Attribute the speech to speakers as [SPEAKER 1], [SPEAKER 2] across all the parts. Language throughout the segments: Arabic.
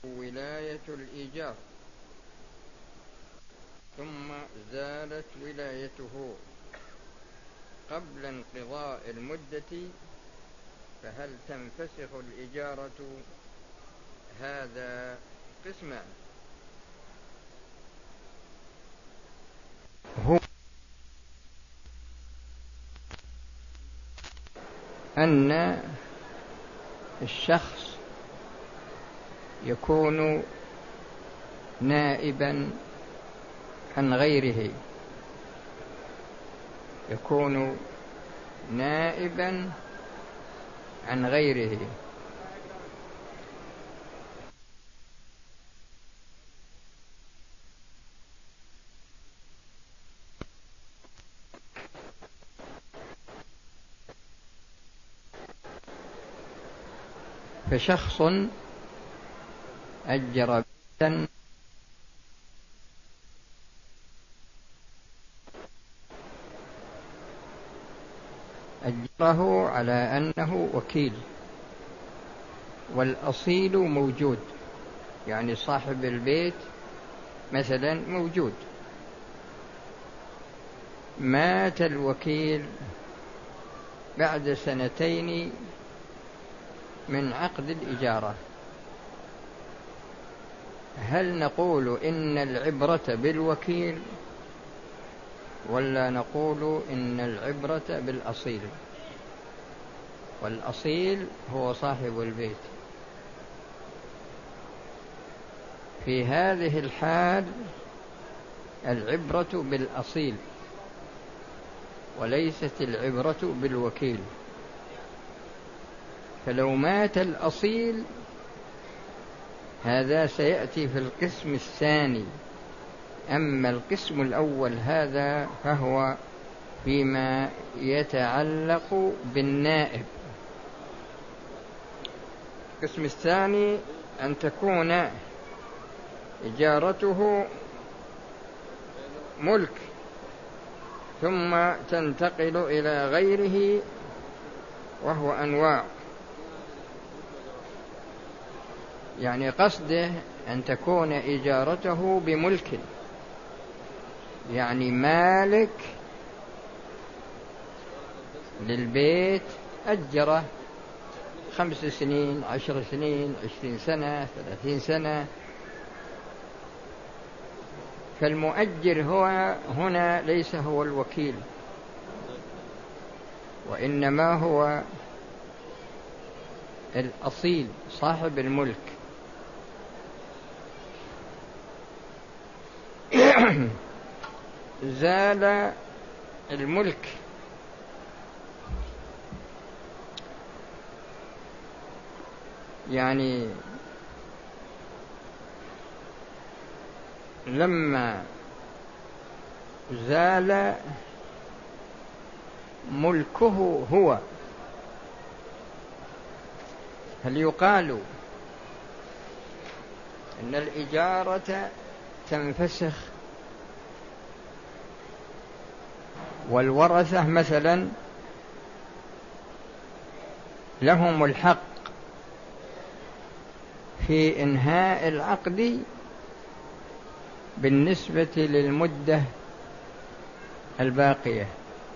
[SPEAKER 1] ولاية الإيجار ثم زالت ولايته قبل انقضاء المدة، فهل تنفسخ الإجارة؟ هذا قسمان: هو أن الشخص يكون نائبا عن غيره، يكون نائبا عن غيره، فشخص أجر بيتا أجره على أنه وكيل، والأصيل موجود، يعني صاحب البيت مثلا موجود، مات الوكيل بعد 2 من عقد الإجارة، هل نقول إن العبرة بالوكيل ولا نقول إن العبرة بالأصيل؟ والأصيل هو صاحب البيت. في هذه الحال العبرة بالأصيل وليست العبرة بالوكيل، فلو مات الأصيل هذا سيأتي في القسم الثاني، أما القسم الأول هذا فهو فيما يتعلق بالنائب. القسم الثاني أن تكون إجارته ملك ثم تنتقل إلى غيره، وهو أنواع، يعني قصده أن تكون إجارته بملك، يعني مالك للبيت أجره 5 سنين 10 سنين 20 سنة 30 سنة، فالمؤجر هو هنا ليس هو الوكيل، وإنما هو الأصيل صاحب الملك. زال الملك يعني لما زال ملكه هو، هل يقال إن الإجارة تنفسخ والورثة مثلا لهم الحق في إنهاء العقد بالنسبة للمدة الباقية؟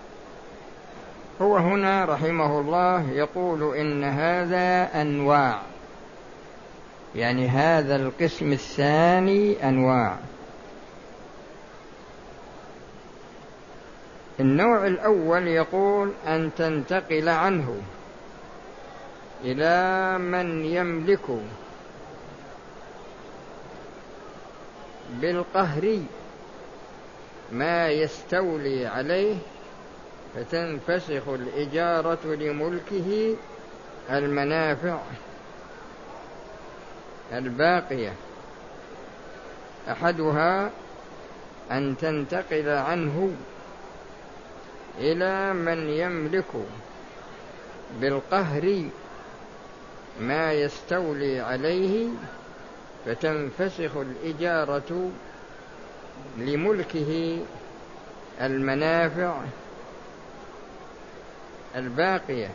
[SPEAKER 1] هو هنا رحمه الله يقول إن هذا أنواع، يعني هذا القسم الثاني أنواع. النوع الأول يقول أن تنتقل عنه إلى من يملك بالقهر ما يستولي عليه، فتنفسخ الإجارة لملكه المنافع الباقية. أحدها أن تنتقل عنه إلى من يملك بالقهر ما يستولي عليه، فتنفسخ الإجارة لملكه المنافع الباقية.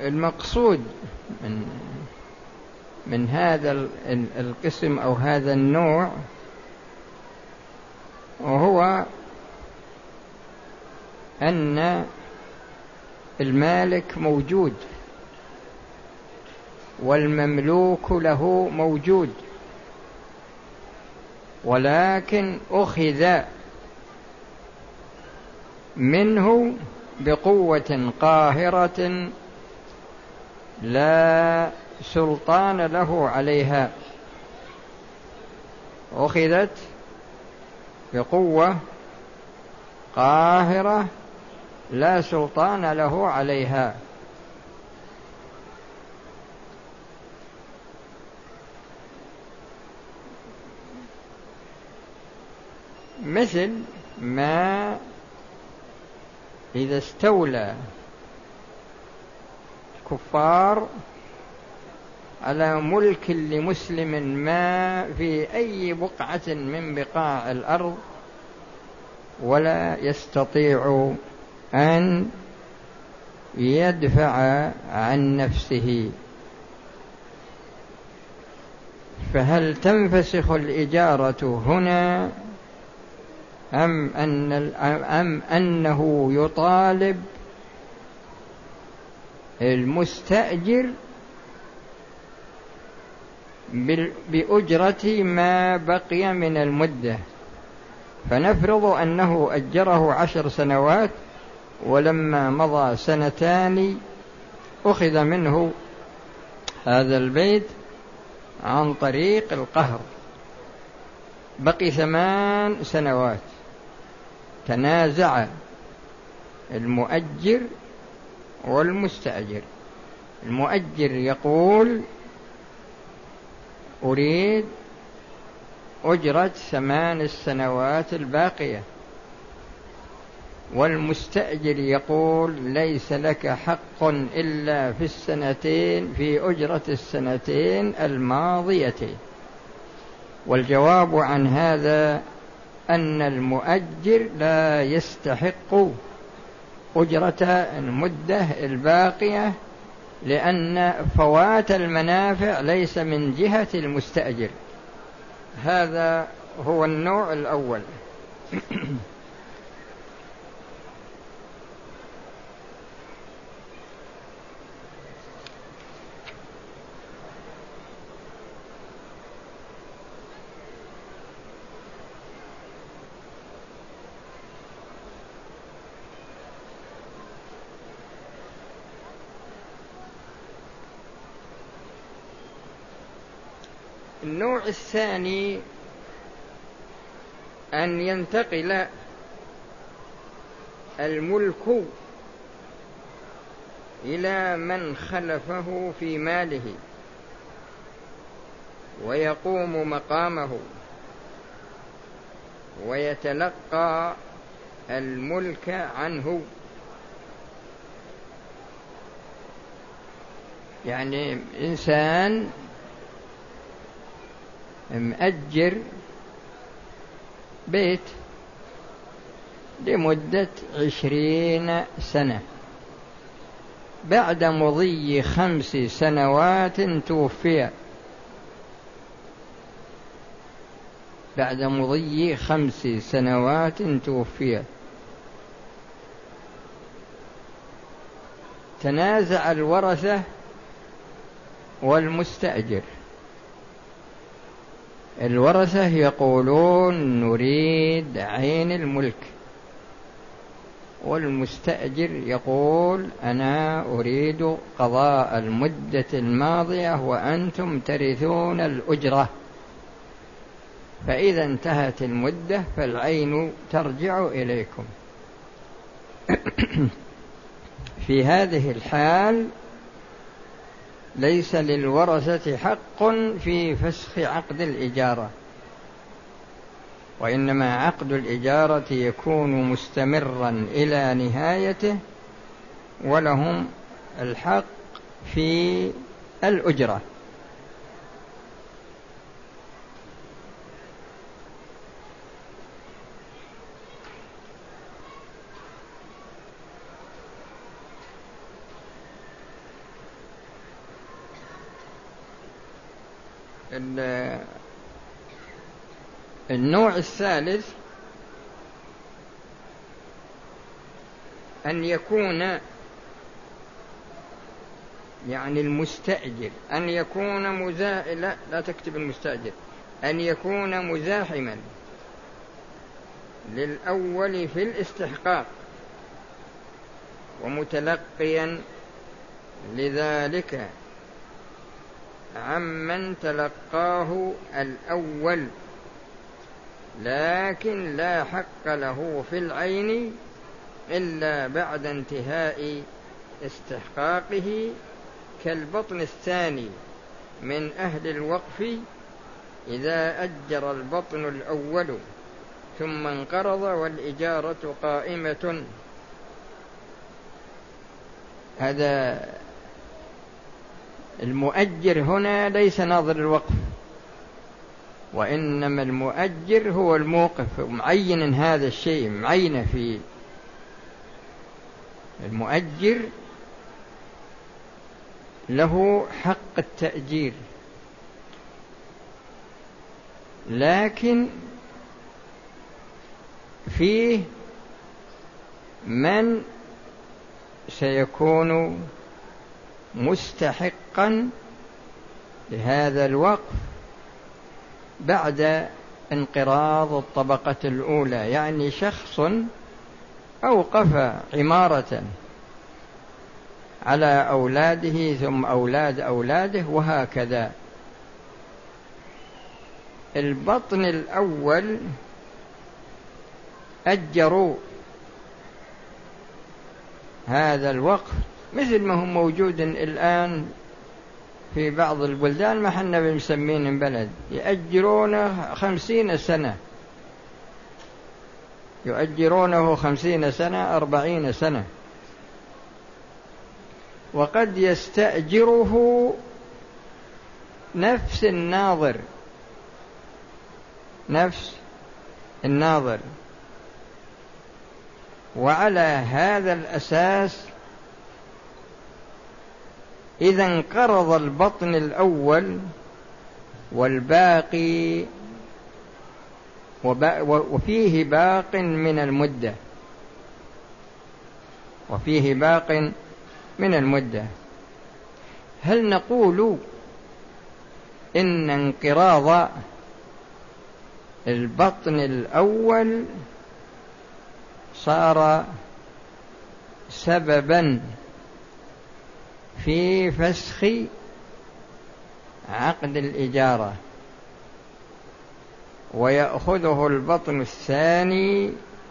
[SPEAKER 1] المقصود من هذا القسم أو هذا النوع، وهو أن المالك موجود والمملوك له موجود، ولكن أخذ منه بقوة قاهرة لا سلطان له عليها، أخذت بقوة قاهرة لا سلطان له عليها. مثل ما إذا استولى الكفار على ملك لمسلم ما في أي بقعة من بقاع الأرض ولا يستطيع أن يدفع عن نفسه، فهل تنفسخ الإجارة هنا أم أنه يطالب المستأجر بأجرة ما بقي من المدة؟ فنفرض أنه أجره 10 سنوات، ولما مضى 2 أخذ منه هذا البيت عن طريق القهر، بقي 8 سنوات، تنازع المؤجر والمستأجر. المؤجر يقول أريد أجرة 8 سنوات الباقية، والمستأجر يقول ليس لك حق إلا في 2 في أجرة 2 الماضيتين. والجواب عن هذا أن المؤجر لا يستحق أجرة المدة الباقية، لأن فوات المنافع ليس من جهة المستأجر. هذا هو النوع الأول. النوع الثاني أن ينتقل الملك إلى من خلفه في ماله ويقوم مقامه ويتلقى الملك عنه. يعني إنسان مأجر بيت لمدة 20 سنة، بعد مضي 5 سنوات توفي، بعد مضي 5 سنوات توفي. تنازع الورثة والمستأجر. الورثة يقولون نريد عين الملك، والمستأجر يقول أنا أريد قضاء المدة الماضية وأنتم ترثون الأجرة، فإذا انتهت المدة فالعين ترجع إليكم. في هذه الحال ليس للورثة حق في فسخ عقد الإجارة، وإنما عقد الإجارة يكون مستمرا إلى نهايته، ولهم الحق في الأجرة. النوع الثالث أن يكون يعني المستأجر أن يكون لا تكتب المستأجر، أن يكون مزاحما للأول في الاستحقاق ومتلقيا لذلك عمن تلقاه الأول، لكن لا حق له في العين إلا بعد انتهاء استحقاقه، كالبطن الثاني من أهل الوقف إذا أجر البطن الأول ثم انقرض والإجارة قائمة. هذا المؤجر هنا ليس ناظر الوقف، وإنما المؤجر هو الموقف، معين هذا الشيء، معينه في المؤجر له حق التأجير، لكن فيه من سيكون مستحقا لهذا الوقف بعد انقراض الطبقة الأولى، يعني شخص أوقف عمارة على أولاده ثم أولاد أولاده وهكذا. البطن الأول أجروا هذا الوقف مثل ما هو موجود الآن في بعض البلدان، ما حنا بنسمين بلد، يأجرونه 50 سنة، يؤجرونه 50 سنة 40 سنة، وقد يستأجره نفس الناظر. وعلى هذا الأساس إذا انقرض البطن الأول والباقي وفيه باق من المدة، هل نقول إن انقراض البطن الأول صار سببا في فسخ عقد الإجارة ويأخذه البطن الثاني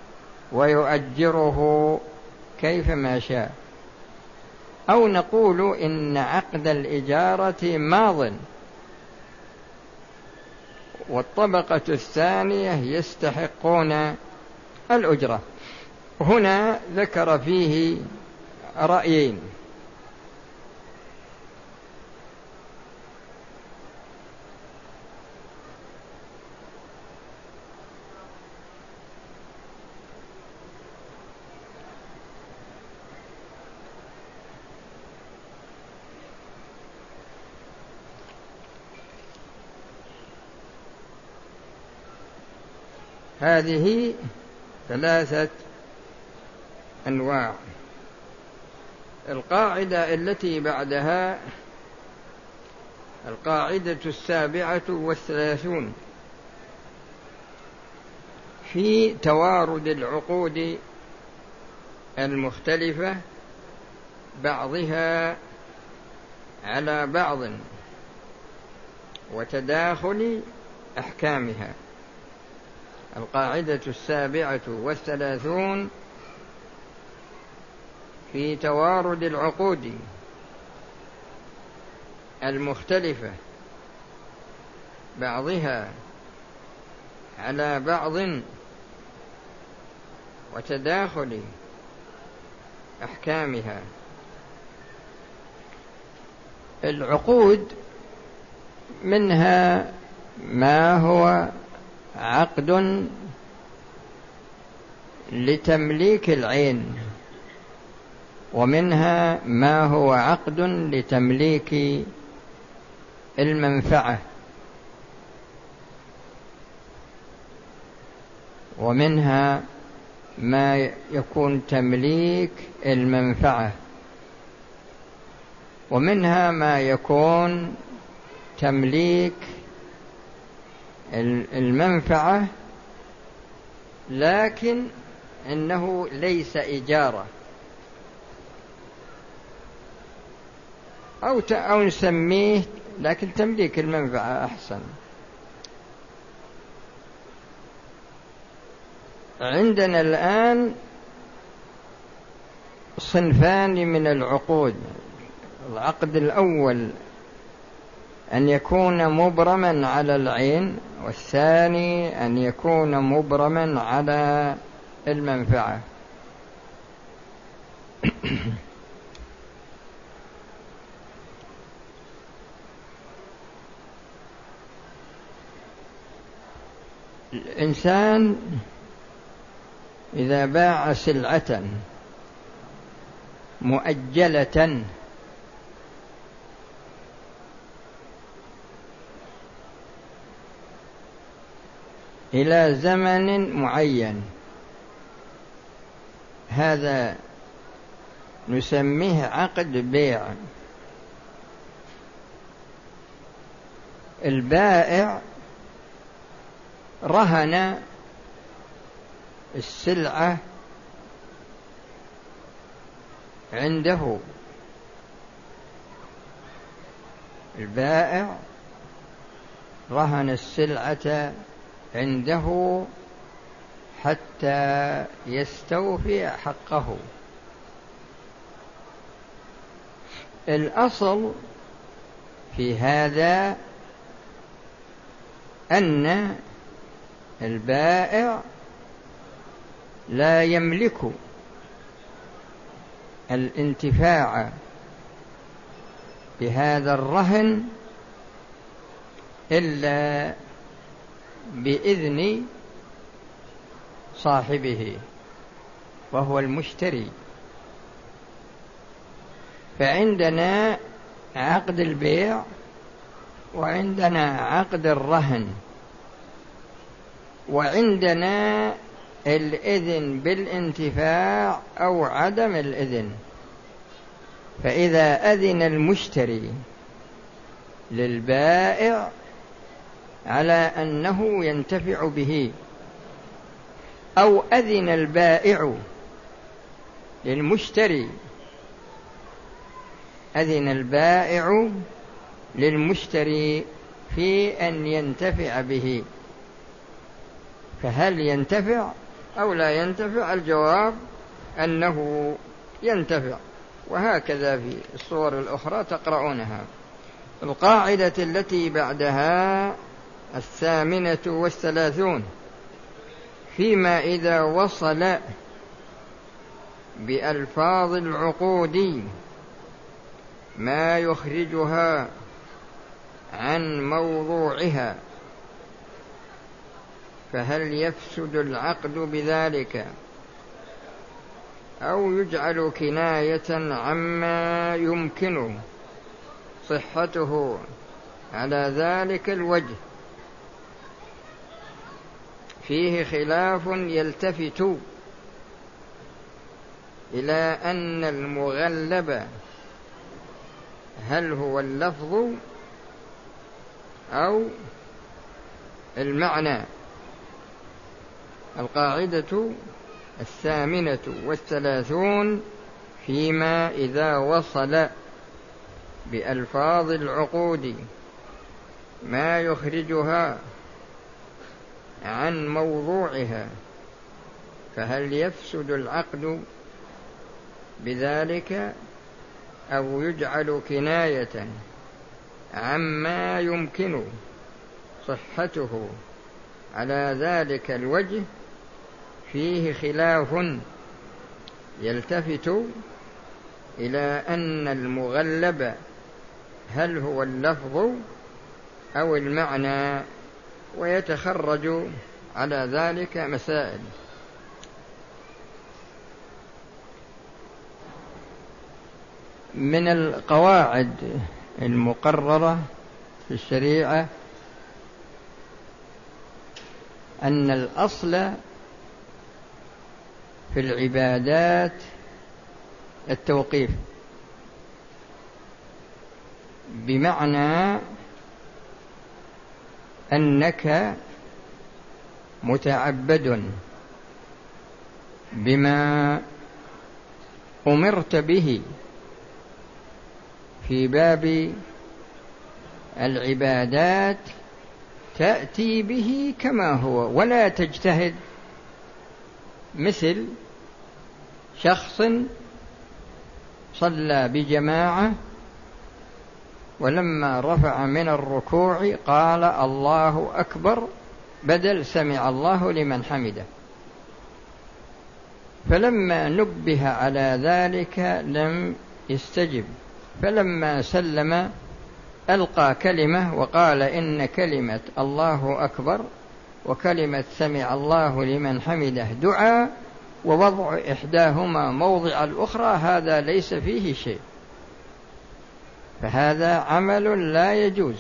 [SPEAKER 1] ويؤجره كيفما شاء، أو نقول إن عقد الإجارة ماضٍ والطبقة الثانية يستحقون الأجرة؟ هنا ذكر فيه رأيين. هذه 3 أنواع. القاعدة التي بعدها القاعدة 37 في توارد العقود المختلفة بعضها على بعض وتداخل أحكامها. القاعدة 37 في توارد العقود المختلفة بعضها على بعض وتداخل أحكامها. العقود منها ما هو عقد لتمليك العين، ومنها ما هو عقد لتمليك المنفعة ومنها ما يكون تمليك المنفعة، ومنها ما يكون تمليك المنفعة لكن إنه ليس إجارة، أو نسميه لكن تمليك المنفعة أحسن. عندنا الآن صنفان من العقود. العقد الأول أن يكون مبرما على العين، والثاني أن يكون مبرما على المنفعة. الإنسان إذا باع سلعة مؤجلة إلى زمن معين، هذا نسميه عقد بيع. البائع رهن السلعة عنده، البائع رهن السلعة عنده حتى يستوفي حقه. الأصل في هذا أن البائع لا يملك الانتفاع بهذا الرهن إلا بإذن صاحبه وهو المشتري. فعندنا عقد البيع وعندنا عقد الرهن، وعندنا الإذن بالانتفاع أو عدم الإذن. فإذا أذن المشتري للبائع على أنه ينتفع به، أو أذن البائع للمشتري، أذن البائع للمشتري في أن ينتفع به، فهل ينتفع أو لا ينتفع؟ الجواب أنه ينتفع. وهكذا في الصور الأخرى تقرؤونها. القاعدة التي بعدها 38 فيما إذا وصل بألفاظ العقود ما يخرجها عن موضوعها فهل يفسد العقد بذلك أو يجعل كناية عما يمكن صحته على ذلك الوجه؟ فيه خلاف يلتفت إلى أن المغلب هل هو اللفظ أو المعنى. القاعدة 38 فيما إذا وصل بألفاظ العقود ما يخرجها عن موضوعها فهل يفسد العقد بذلك أو يجعل كناية عما يمكن صحته على ذلك الوجه؟ فيه خلاف يلتفت إلى أن المغلب هل هو اللفظ أو المعنى، ويتخرج على ذلك مسائل. من القواعد المقررة في الشريعة أن الأصل في العبادات التوقيف، بمعنى أنك متعبد بما أمرت به في باب العبادات، تأتي به كما هو ولا تجتهد، مثل شخص صلى بجماعة ولما رفع من الركوع قال الله أكبر بدل سمع الله لمن حمده، فلما نبه على ذلك لم يستجب، فلما سلم ألقى كلمة وقال إن كلمة الله أكبر وكلمة سمع الله لمن حمده دعاء، ووضع إحداهما موضع الأخرى هذا ليس فيه شيء، فهذا عمل لا يجوز.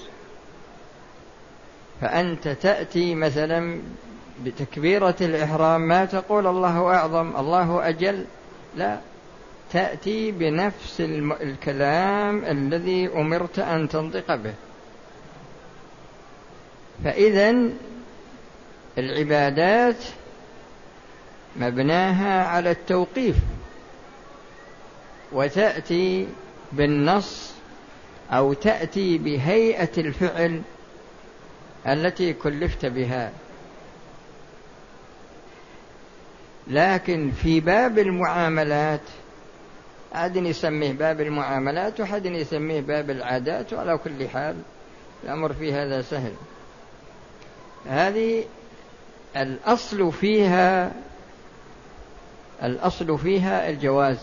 [SPEAKER 1] فأنت تأتي مثلا بتكبيرة الإحرام ما تقول الله أعظم الله أجل، لا، تأتي بنفس الكلام الذي أمرت أن تنطق به. فإذن العبادات مبناها على التوقيف، وتأتي بالنص أو تأتي بهيئة الفعل التي كلفت بها. لكن في باب المعاملات أحد يسميه باب المعاملات وأحد يسميه باب العادات، وعلى كل حال الأمر في هذا سهل. هذه الأصل فيها الجواز،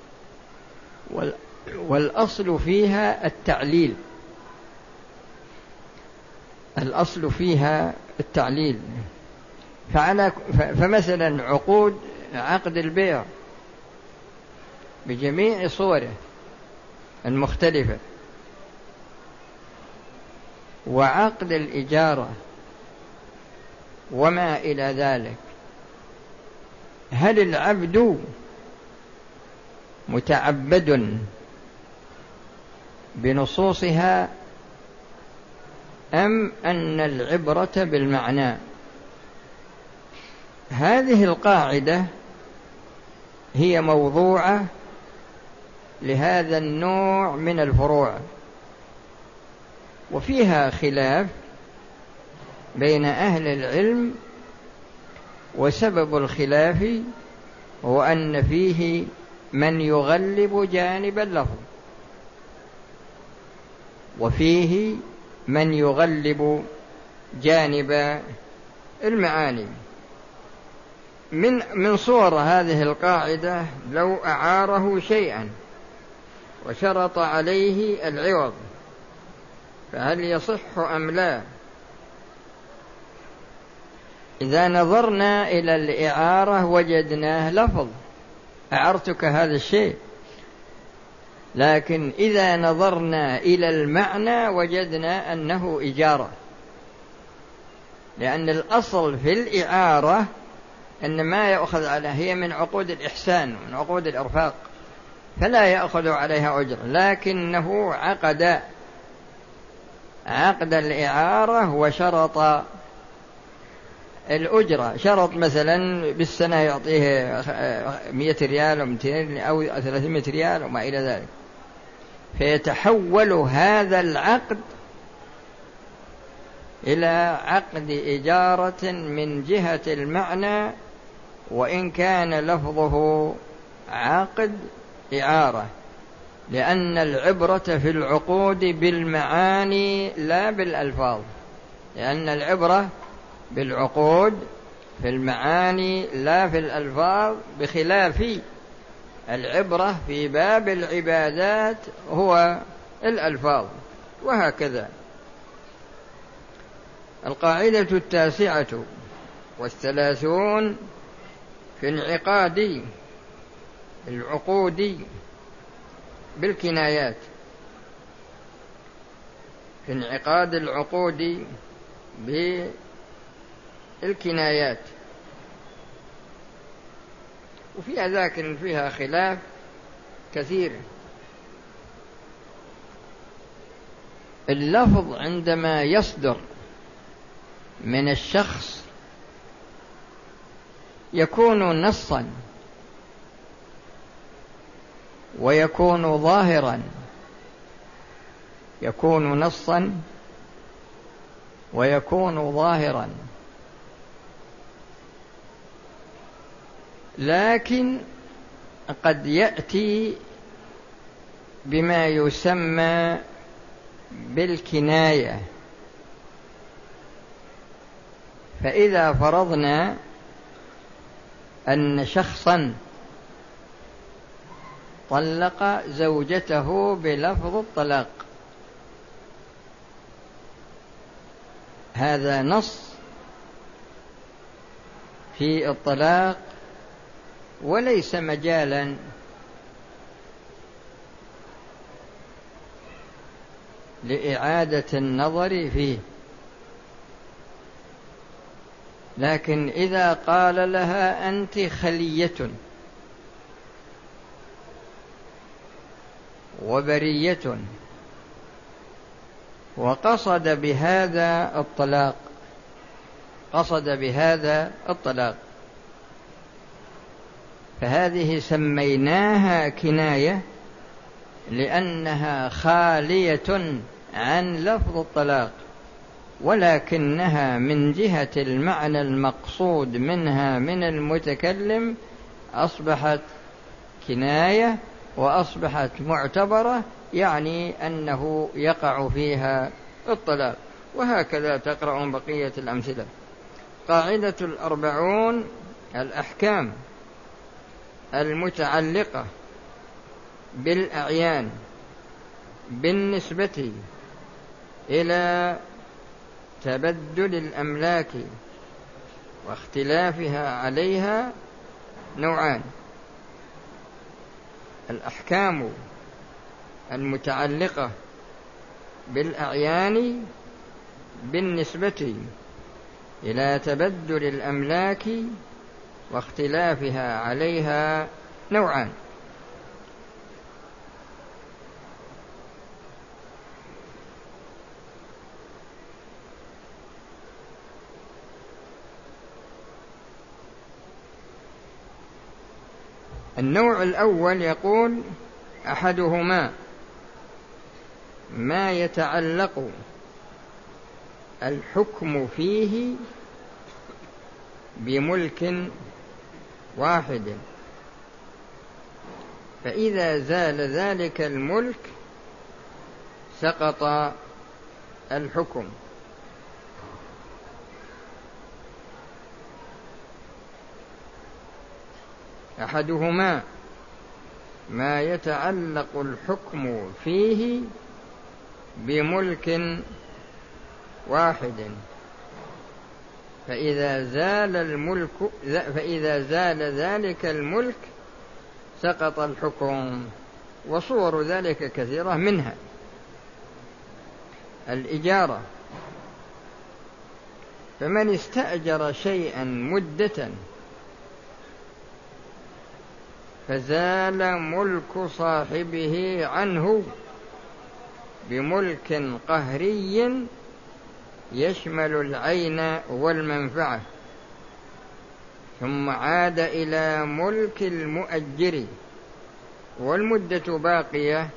[SPEAKER 1] والأصل فيها التعليل، الأصل فيها التعليل. فمثلا عقد البيع بجميع صوره المختلفة، وعقد الإجارة وما إلى ذلك، هل العبد متعبد بنصوصها أم أن العبرة بالمعنى؟ هذه القاعدة هي موضوعة لهذا النوع من الفروع، وفيها خلاف بين أهل العلم، وسبب الخلاف هو أن فيه من يغلب جانب اللفظ، وفيه من يغلب جانب المعاني. من صور هذه القاعدة لو أعاره شيئا وشرط عليه العوض فهل يصح أم لا؟ إذا نظرنا إلى الإعارة وجدناه لفظ، أعرتك هذا الشيء، لكن إذا نظرنا إلى المعنى وجدنا أنه إجارة، لأن الأصل في الإعارة أن ما يأخذ عليها هي من عقود الإحسان ومن عقود الإرفاق، فلا يأخذ عليها أجر، لكنه عقد الإعارة وشرط الأجرة، شرط مثلا بالسنة يعطيه 100 ريال أو 200 أو 300 ريال وما إلى ذلك، فيتحول هذا العقد إلى عقد إجارة من جهة المعنى، وإن كان لفظه عقد إعارة، لأن العبرة في العقود بالمعاني لا بالألفاظ، لأن العبرة بالعقود في المعاني لا في الألفاظ، بخلاف العبرة في باب العبادات هو الألفاظ. وهكذا القاعدة 39 في انعقاد العقود بالكنايات، في انعقاد العقود بالكنايات، وفيها لكن فيها خلاف كثير. اللفظ عندما يصدر من الشخص يكون نصا ويكون ظاهرا، يكون نصا ويكون ظاهرا، لكن قد يأتي بما يسمى بالكناية. فإذا فرضنا أن شخصا طلق زوجته بلفظ الطلاق، هذا نص في الطلاق وليس مجالا لإعادة النظر فيه. لكن إذا قال لها أنت خلية وبرية وقصد بهذا الطلاق، قصد بهذا الطلاق، فهذه سميناها كناية لأنها خالية عن لفظ الطلاق، ولكنها من جهة المعنى المقصود منها من المتكلم أصبحت كناية وأصبحت معتبرة، يعني أنه يقع فيها الطلاق. وهكذا تقرأون بقية الأمثلة. قاعدة 40 الأحكام المتعلقة بالأعيان بالنسبة إلى تبدل الأملاك واختلافها عليها نوعان: الأحكام المتعلقة بالأعيان بالنسبة إلى تبدل الأملاك واختلافها عليها نوعان. النوع الأول يقول: أحدهما ما يتعلق الحكم فيه بملك واحد، فإذا زال ذلك الملك سقط الحكم. أحدهما ما يتعلق الحكم فيه بملك واحد، فإذا زال ذلك الملك سقط الحكم. وصور ذلك كثيرة، منها الإجارة، فمن استأجر شيئا مدة فزال ملك صاحبه عنه بملك قهري يشمل العين والمنفعة، ثم عاد إلى ملك المؤجر والمدة باقية.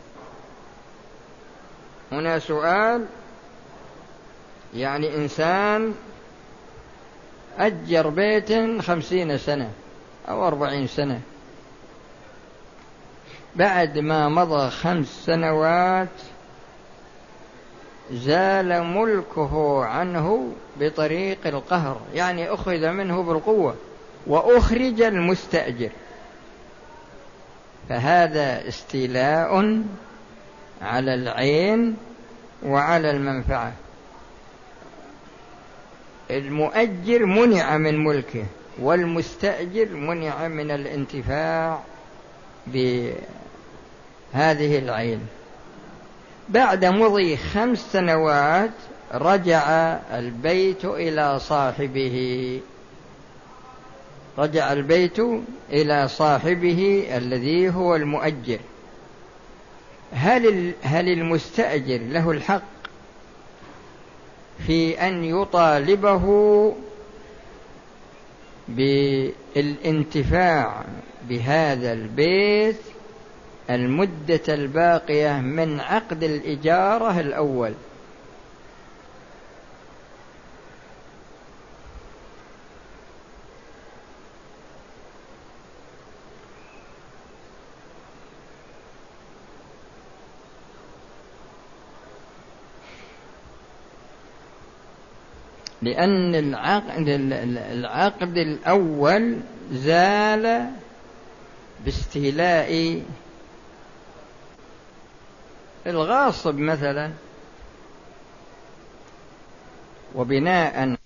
[SPEAKER 1] هنا سؤال: يعني إنسان أجر بيت 50 سنة أو 40 سنة، بعد ما مضى 5 سنوات زال ملكه عنه بطريق القهر، يعني أخذ منه بالقوة وأخرج المستأجر، فهذا استيلاء على العين وعلى المنفعة. المؤجر منع من ملكه والمستأجر منع من الانتفاع بهذه العين. بعد مضي 5 سنوات رجع البيت إلى صاحبه، رجع البيت إلى صاحبه الذي هو المؤجر. هل المستأجر له الحق في أن يطالبه بالانتفاع بهذا البيت المدة الباقية من عقد الإجارة الأول؟ لأن العقد الأول زال باستيلاء الغاصب مثلا، وبناء